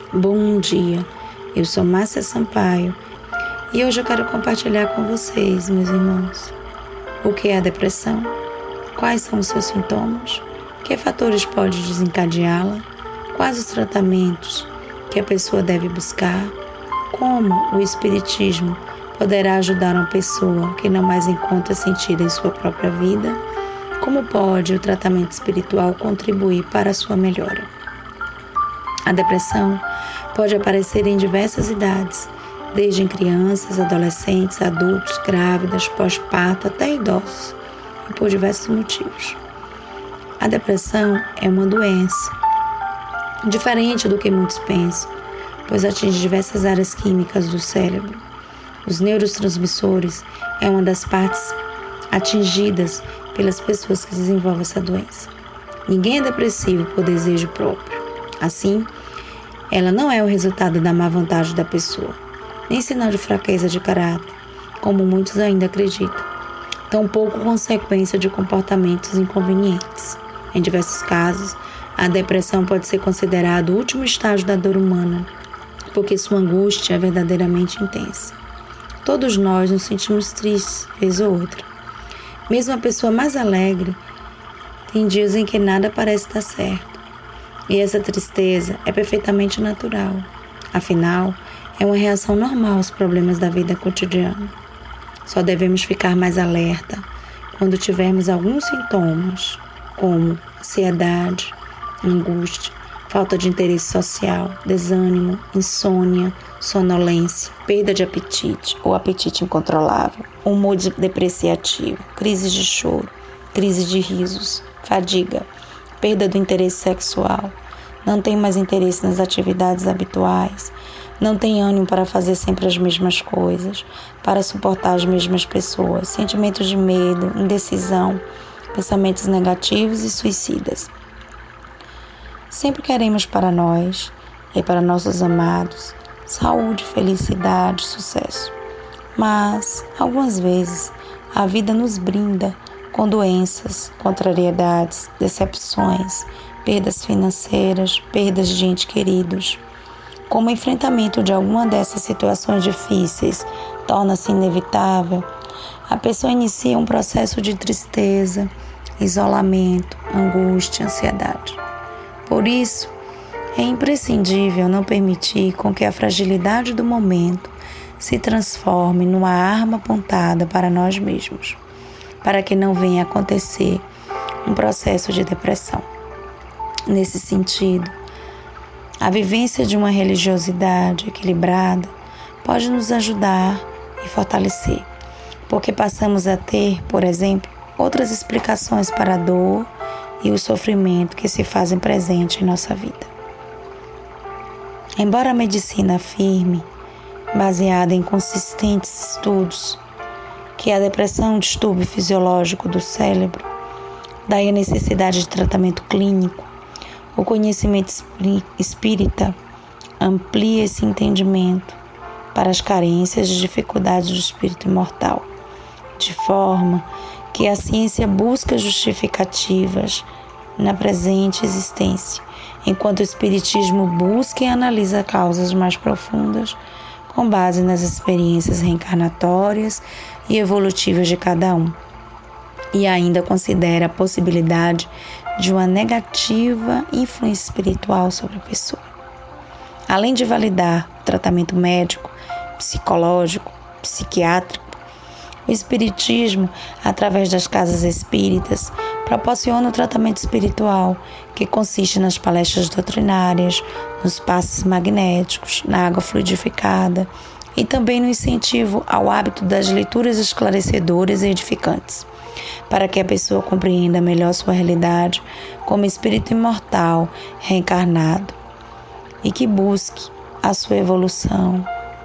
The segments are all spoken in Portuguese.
Bom dia, eu sou Márcia Sampaio e hoje eu quero compartilhar com vocês, meus irmãos, o que é a depressão, quais são os seus sintomas, que fatores podem desencadeá-la, quais os tratamentos que a pessoa deve buscar, como o espiritismo poderá ajudar uma pessoa que não mais encontra sentido em sua própria vida, como pode o tratamento espiritual contribuir para a sua melhora. A depressão pode aparecer em diversas idades, desde em crianças, adolescentes, adultos, grávidas, pós-parto até idosos, e por diversos motivos. A depressão é uma doença, diferente do que muitos pensam, pois atinge diversas áreas químicas do cérebro. Os neurotransmissores é uma das partes atingidas pelas pessoas que desenvolvem essa doença. Ninguém é depressivo por desejo próprio. Assim, ela não é o resultado da má vontade da pessoa, nem sinal de fraqueza de caráter, como muitos ainda acreditam. Tampouco consequência de comportamentos inconvenientes. Em diversos casos, a depressão pode ser considerada o último estágio da dor humana, porque sua angústia é verdadeiramente intensa. Todos nós nos sentimos tristes, vez ou outra. Mesmo a pessoa mais alegre tem dias em que nada parece dar certo. E essa tristeza é perfeitamente natural. Afinal, é uma reação normal aos problemas da vida cotidiana. Só devemos ficar mais alerta quando tivermos alguns sintomas, como ansiedade, angústia, falta de interesse social, desânimo, insônia, sonolência, perda de apetite ou apetite incontrolável, humor depreciativo, crises de choro, crise de risos, fadiga, perda do interesse sexual, não tem mais interesse nas atividades habituais, não tem ânimo para fazer sempre as mesmas coisas, para suportar as mesmas pessoas, sentimentos de medo, indecisão, pensamentos negativos e suicidas. Sempre queremos para nós e para nossos amados saúde, felicidade, sucesso. Mas, algumas vezes, a vida nos brinda com doenças, contrariedades, decepções, perdas financeiras, perdas de entes queridos. Como o enfrentamento de alguma dessas situações difíceis torna-se inevitável, a pessoa inicia um processo de tristeza, isolamento, angústia, ansiedade. Por isso, é imprescindível não permitir com que a fragilidade do momento se transforme numa arma apontada para nós mesmos, para que não venha acontecer um processo de depressão. Nesse sentido, a vivência de uma religiosidade equilibrada pode nos ajudar e fortalecer, porque passamos a ter, por exemplo, outras explicações para a dor e o sofrimento que se fazem presente em nossa vida. Embora a medicina afirme, baseada em consistentes estudos, que a depressão é um distúrbio fisiológico do cérebro, daí a necessidade de tratamento clínico, o conhecimento espírita amplia esse entendimento para as carências e dificuldades do espírito imortal, de forma que a ciência busca justificativas na presente existência, enquanto o espiritismo busca e analisa causas mais profundas com base nas experiências reencarnatórias e evolutivas de cada um, e ainda considera a possibilidade de uma negativa influência espiritual sobre a pessoa. Além de validar o tratamento médico, psicológico, psiquiátrico, o espiritismo, através das casas espíritas, proporciona o tratamento espiritual, que consiste nas palestras doutrinárias, nos passes magnéticos, na água fluidificada e também no incentivo ao hábito das leituras esclarecedoras e edificantes, para que a pessoa compreenda melhor sua realidade como espírito imortal reencarnado e que busque a sua evolução,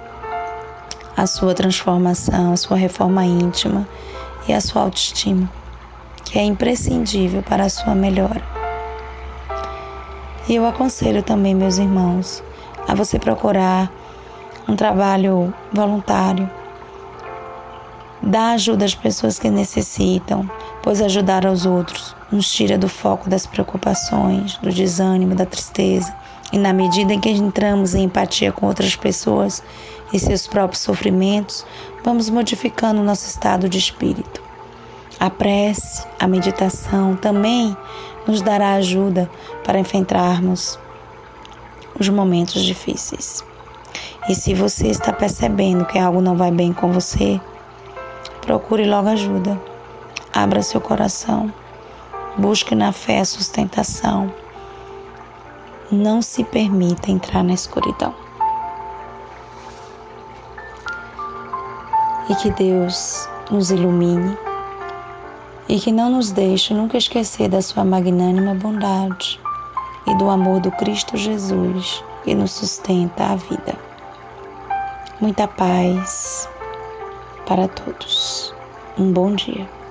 a sua transformação, a sua reforma íntima e a sua autoestima, que é imprescindível para a sua melhora. E eu aconselho também, meus irmãos, a você procurar um trabalho voluntário, dar ajuda às pessoas que necessitam, pois ajudar aos outros nos tira do foco das preocupações, do desânimo, da tristeza. E na medida em que entramos em empatia com outras pessoas e seus próprios sofrimentos, vamos modificando o nosso estado de espírito. A prece, a meditação também nos dará ajuda para enfrentarmos os momentos difíceis. E se você está percebendo que algo não vai bem com você, procure logo ajuda. Abra seu coração. Busque na fé a sustentação. Não se permita entrar na escuridão. E que Deus nos ilumine e que não nos deixe nunca esquecer da sua magnânima bondade e do amor do Cristo Jesus que nos sustenta a vida. Muita paz para todos. Um bom dia.